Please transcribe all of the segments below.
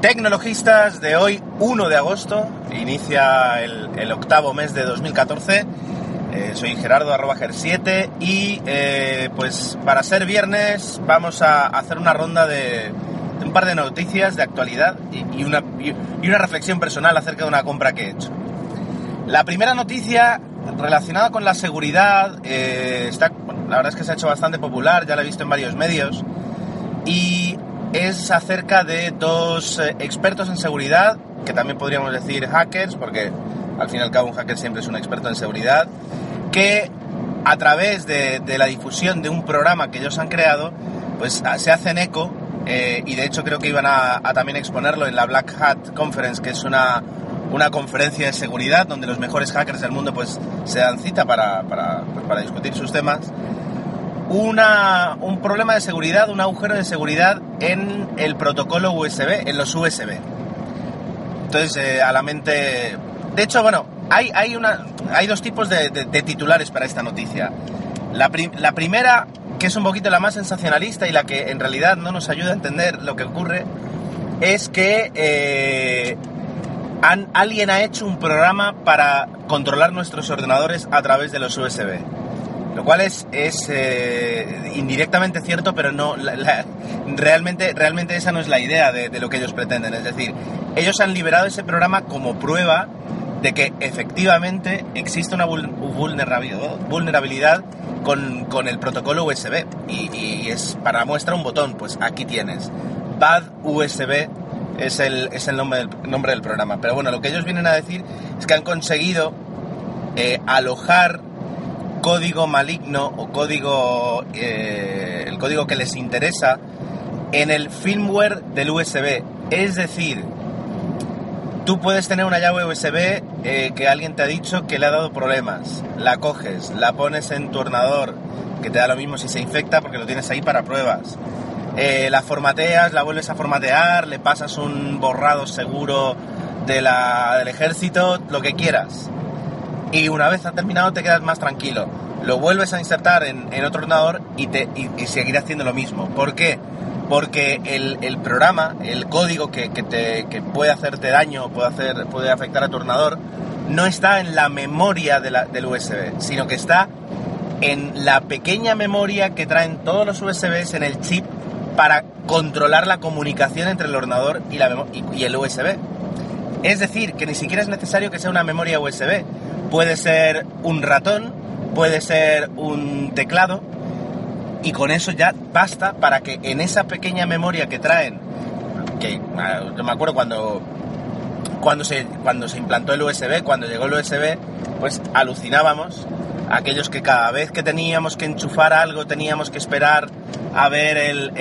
Tecnologistas de hoy, 1 de agosto, inicia el octavo mes de 2014. Soy Gerardo, @ger7, y pues para ser viernes vamos a hacer una ronda de un par de noticias de actualidad y una reflexión personal acerca de una compra que he hecho. La primera noticia relacionada con la seguridad, la verdad es que se ha hecho bastante popular, ya la he visto en varios medios, y es acerca de dos expertos en seguridad, que también podríamos decir hackers, porque al fin y al cabo un hacker siempre es un experto en seguridad, que a través de la difusión de un programa que ellos han creado, pues se hacen eco, y de hecho creo que iban a también exponerlo en la Black Hat Conference, que es una conferencia de seguridad donde los mejores hackers del mundo pues se dan cita para discutir sus temas. Un problema de seguridad, un agujero de seguridad en el protocolo USB, en los USB. Entonces, a la mente... De hecho, bueno, hay dos tipos de titulares para esta noticia. La primera, que es un poquito la más sensacionalista y la que en realidad no nos ayuda a entender lo que ocurre, es que alguien ha hecho un programa para controlar nuestros ordenadores a través de los USB. Lo cual es indirectamente cierto, pero no realmente esa no es la idea de lo que ellos pretenden. Es decir, ellos han liberado ese programa como prueba de que efectivamente existe una vulnerabilidad con el protocolo USB. Y es para muestra un botón, pues aquí tienes. Bad USB es el nombre del programa. Pero bueno, lo que ellos vienen a decir es que han conseguido alojar código maligno o el código que les interesa en el firmware del USB. Es decir, tú puedes tener una llave USB que alguien te ha dicho que le ha dado problemas. La coges, la pones en tu ordenador, que te da lo mismo si se infecta porque lo tienes ahí para pruebas. La formateas, la vuelves a formatear, le pasas un borrado seguro del ejército, lo que quieras. Y una vez ha terminado te quedas más tranquilo. Lo vuelves a insertar en otro ordenador y seguirá haciendo lo mismo. ¿Por qué? Porque el programa, el código que puede hacerte daño, puede afectar a tu ordenador, no está en la memoria del USB, sino que está en la pequeña memoria que traen todos los USBs en el chip para controlar la comunicación entre el ordenador y el USB. Es decir, que ni siquiera es necesario que sea una memoria USB. Puede ser un ratón, puede ser un teclado, y con eso ya basta para que en esa pequeña memoria que traen, que yo me acuerdo cuando se implantó el USB, cuando llegó el USB, pues alucinábamos, aquellos que cada vez que teníamos que enchufar algo teníamos que esperar a ver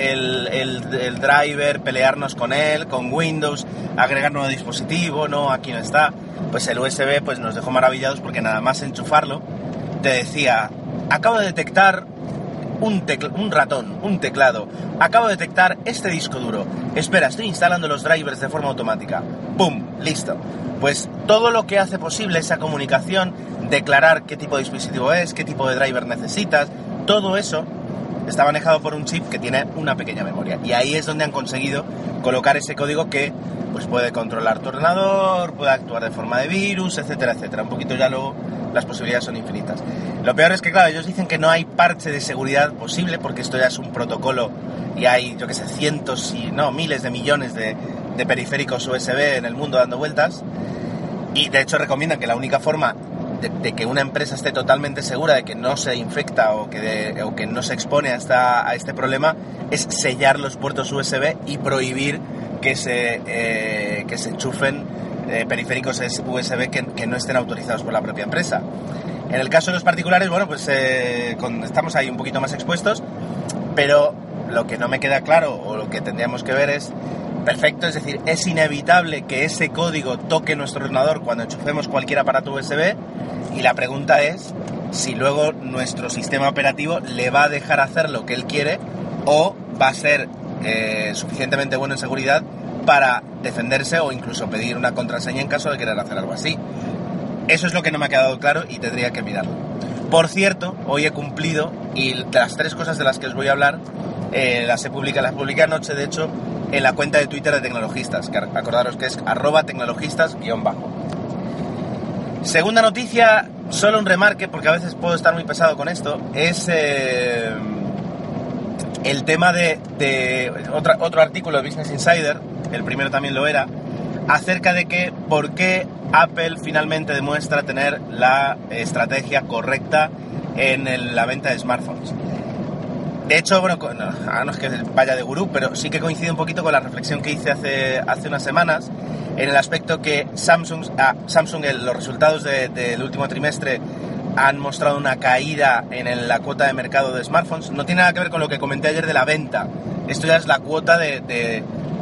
el driver, pelearnos con él, con Windows, agregar nuevo dispositivo, no, aquí no está. Pues el USB pues nos dejó maravillados porque nada más enchufarlo te decía: acabo de detectar un ratón, un teclado, acabo de detectar este disco duro, espera, estoy instalando los drivers de forma automática, ¡pum!, listo. Pues todo lo que hace posible esa comunicación, declarar qué tipo de dispositivo es, qué tipo de driver necesitas, todo eso está manejado por un chip que tiene una pequeña memoria, y ahí es donde han conseguido colocar ese código que pues puede controlar tu ordenador, puede actuar de forma de virus, etcétera, etcétera. Un poquito ya luego las posibilidades son infinitas. Lo peor es que, claro, ellos dicen que no hay parche de seguridad posible porque esto ya es un protocolo y hay, yo que sé, miles de millones de periféricos USB en el mundo dando vueltas, y de hecho recomiendan que la única forma de que una empresa esté totalmente segura de que no se infecta o que no se expone a este problema es sellar los puertos USB y prohibir que se enchufen periféricos USB que no estén autorizados por la propia empresa. En el caso de los particulares, bueno, pues estamos ahí un poquito más expuestos, pero lo que no me queda claro o lo que tendríamos que ver es, perfecto, es decir, es inevitable que ese código toque nuestro ordenador cuando enchufemos cualquier aparato USB, y la pregunta es si luego nuestro sistema operativo le va a dejar hacer lo que él quiere o va a ser suficientemente bueno en seguridad para defenderse o incluso pedir una contraseña en caso de querer hacer algo así. Eso es lo que no me ha quedado claro y tendría que mirarlo. Por cierto, hoy he cumplido, y las 3 cosas de las que os voy a hablar las publiqué anoche, de hecho, en la cuenta de Twitter de Tecnologistas, que acordaros que es @tecnologistas_. Segunda noticia, solo un remarque, porque a veces puedo estar muy pesado con esto, es el tema de otro artículo de Business Insider, el primero también lo era, acerca de que por qué Apple finalmente demuestra tener la estrategia correcta en la venta de smartphones. De hecho, bueno, no es que vaya de gurú, pero sí que coincide un poquito con la reflexión que hice hace unas semanas, en el aspecto que Samsung los resultados del último trimestre han mostrado una caída en la cuota de mercado de smartphones. No tiene nada que ver con lo que comenté ayer de la venta. Esto ya es la cuota de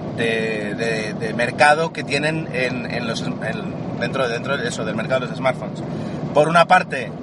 mercado que tienen dentro de eso, del mercado de los smartphones. Por una parte,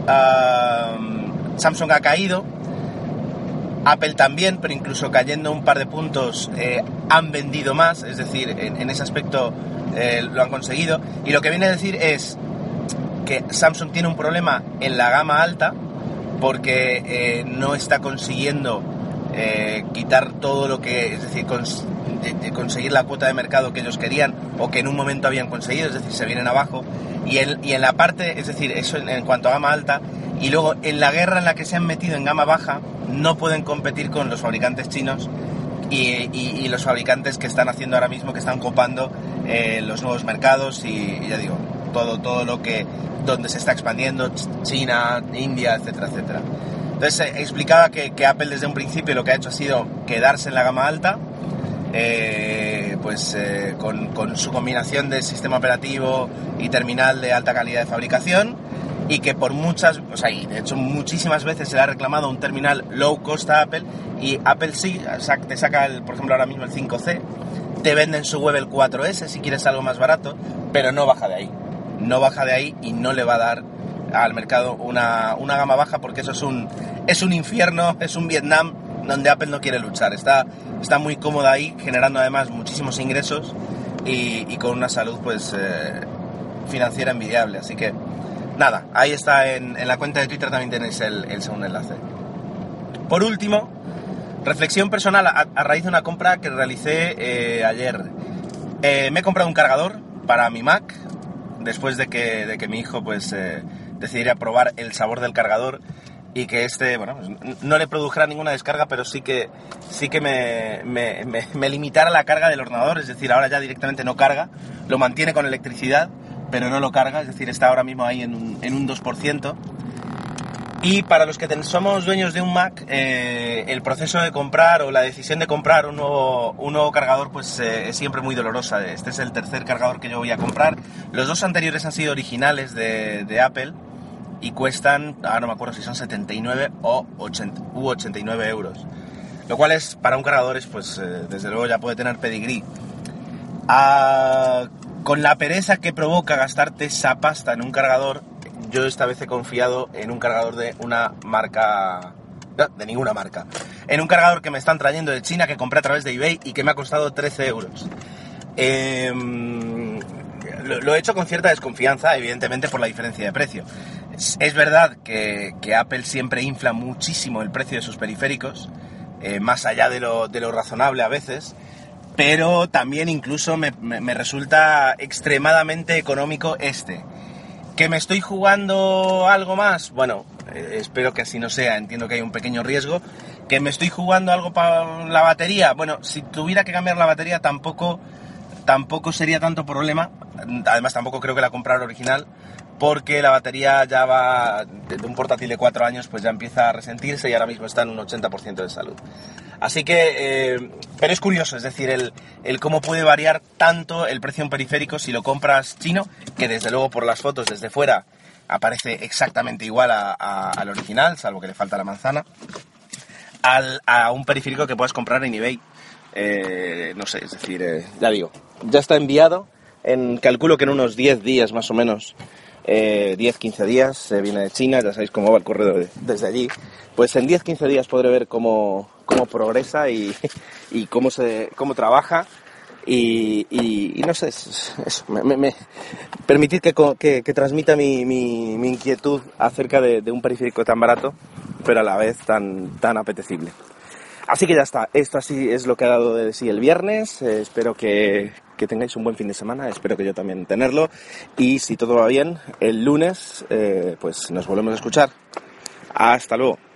Samsung ha caído, Apple también, pero incluso cayendo un par de puntos han vendido más, es decir, en ese aspecto lo han conseguido. Y lo que viene a decir es que Samsung tiene un problema en la gama alta porque no está consiguiendo quitar todo lo que, es decir, conseguir la cuota de mercado que ellos querían o que en un momento habían conseguido, es decir, se vienen abajo. Y en la parte, es decir, eso en cuanto a gama alta, y luego en la guerra en la que se han metido en gama baja, no pueden competir con los fabricantes chinos y los fabricantes que están haciendo ahora mismo, que están copando los nuevos mercados y ya digo, todo lo que, donde se está expandiendo, China, India, etcétera, etcétera. Entonces explicaba que Apple desde un principio lo que ha hecho ha sido quedarse en la gama alta, con su combinación de sistema operativo y terminal de alta calidad de fabricación, y que por muchas, y de hecho muchísimas veces se le ha reclamado un terminal low cost a Apple, y Apple sí, te saca por ejemplo ahora mismo el 5C, te vende en su web el 4S si quieres algo más barato, pero no baja de ahí y no le va a dar al mercado una gama baja, porque eso es un infierno, es un Vietnam donde Apple no quiere luchar. Está muy cómoda ahí, generando además muchísimos ingresos y con una salud financiera envidiable. Así que nada, ahí está en la cuenta de Twitter, también tenéis el segundo enlace. Por último, reflexión personal a raíz de una compra que realicé ayer. Me he comprado un cargador para mi Mac después de que mi hijo decidiera probar el sabor del cargador y que no le produjera ninguna descarga, pero sí que me limitara la carga del ordenador. Es decir, ahora ya directamente no carga, lo mantiene con electricidad, pero no lo carga, es decir, está ahora mismo ahí en un 2%. Y para los que somos dueños de un Mac, el proceso de comprar o la decisión de comprar un nuevo cargador es siempre muy dolorosa. Este es el tercer cargador que yo voy a comprar. Los dos anteriores han sido originales de Apple y cuestan, ahora no me acuerdo si son 79 u 89 euros. Lo cual para un cargador desde luego ya puede tener pedigrí. Con la pereza que provoca gastarte esa pasta en un cargador, yo esta vez he confiado en un cargador de una marca... No, de ninguna marca. En un cargador que me están trayendo de China, que compré a través de eBay y que me ha costado 13 euros. Lo he hecho con cierta desconfianza, evidentemente por la diferencia de precio. Es verdad que Apple siempre infla muchísimo el precio de sus periféricos, más allá de lo razonable a veces, pero también incluso me resulta extremadamente económico ¿Que me estoy jugando algo más? Bueno, espero que así no sea, entiendo que hay un pequeño riesgo. ¿Que me estoy jugando algo para la batería? Bueno, si tuviera que cambiar la batería tampoco sería tanto problema. Además tampoco creo que la comprara original, porque la batería ya va de un portátil de 4 años, pues ya empieza a resentirse y ahora mismo está en un 80% de salud. Así que, pero es curioso, es decir, el cómo puede variar tanto el precio de un periférico si lo compras chino, que desde luego por las fotos desde fuera aparece exactamente igual al original, salvo que le falta la manzana, a un periférico que puedas comprar en eBay. No sé, es decir, ya digo, ya está enviado, calculo que en unos 10 días más o menos, 10-15 días, se viene de China, ya sabéis cómo va el correo desde allí, pues en 10-15 días podré ver cómo progresa y cómo trabaja y no sé, eso, permitid que transmita mi inquietud acerca de un periférico tan barato, pero a la vez tan apetecible. Así que ya está, esto así es lo que ha dado de sí el viernes. Espero que tengáis un buen fin de semana, espero que yo también tenerlo. Y si todo va bien, el lunes pues nos volvemos a escuchar. Hasta luego.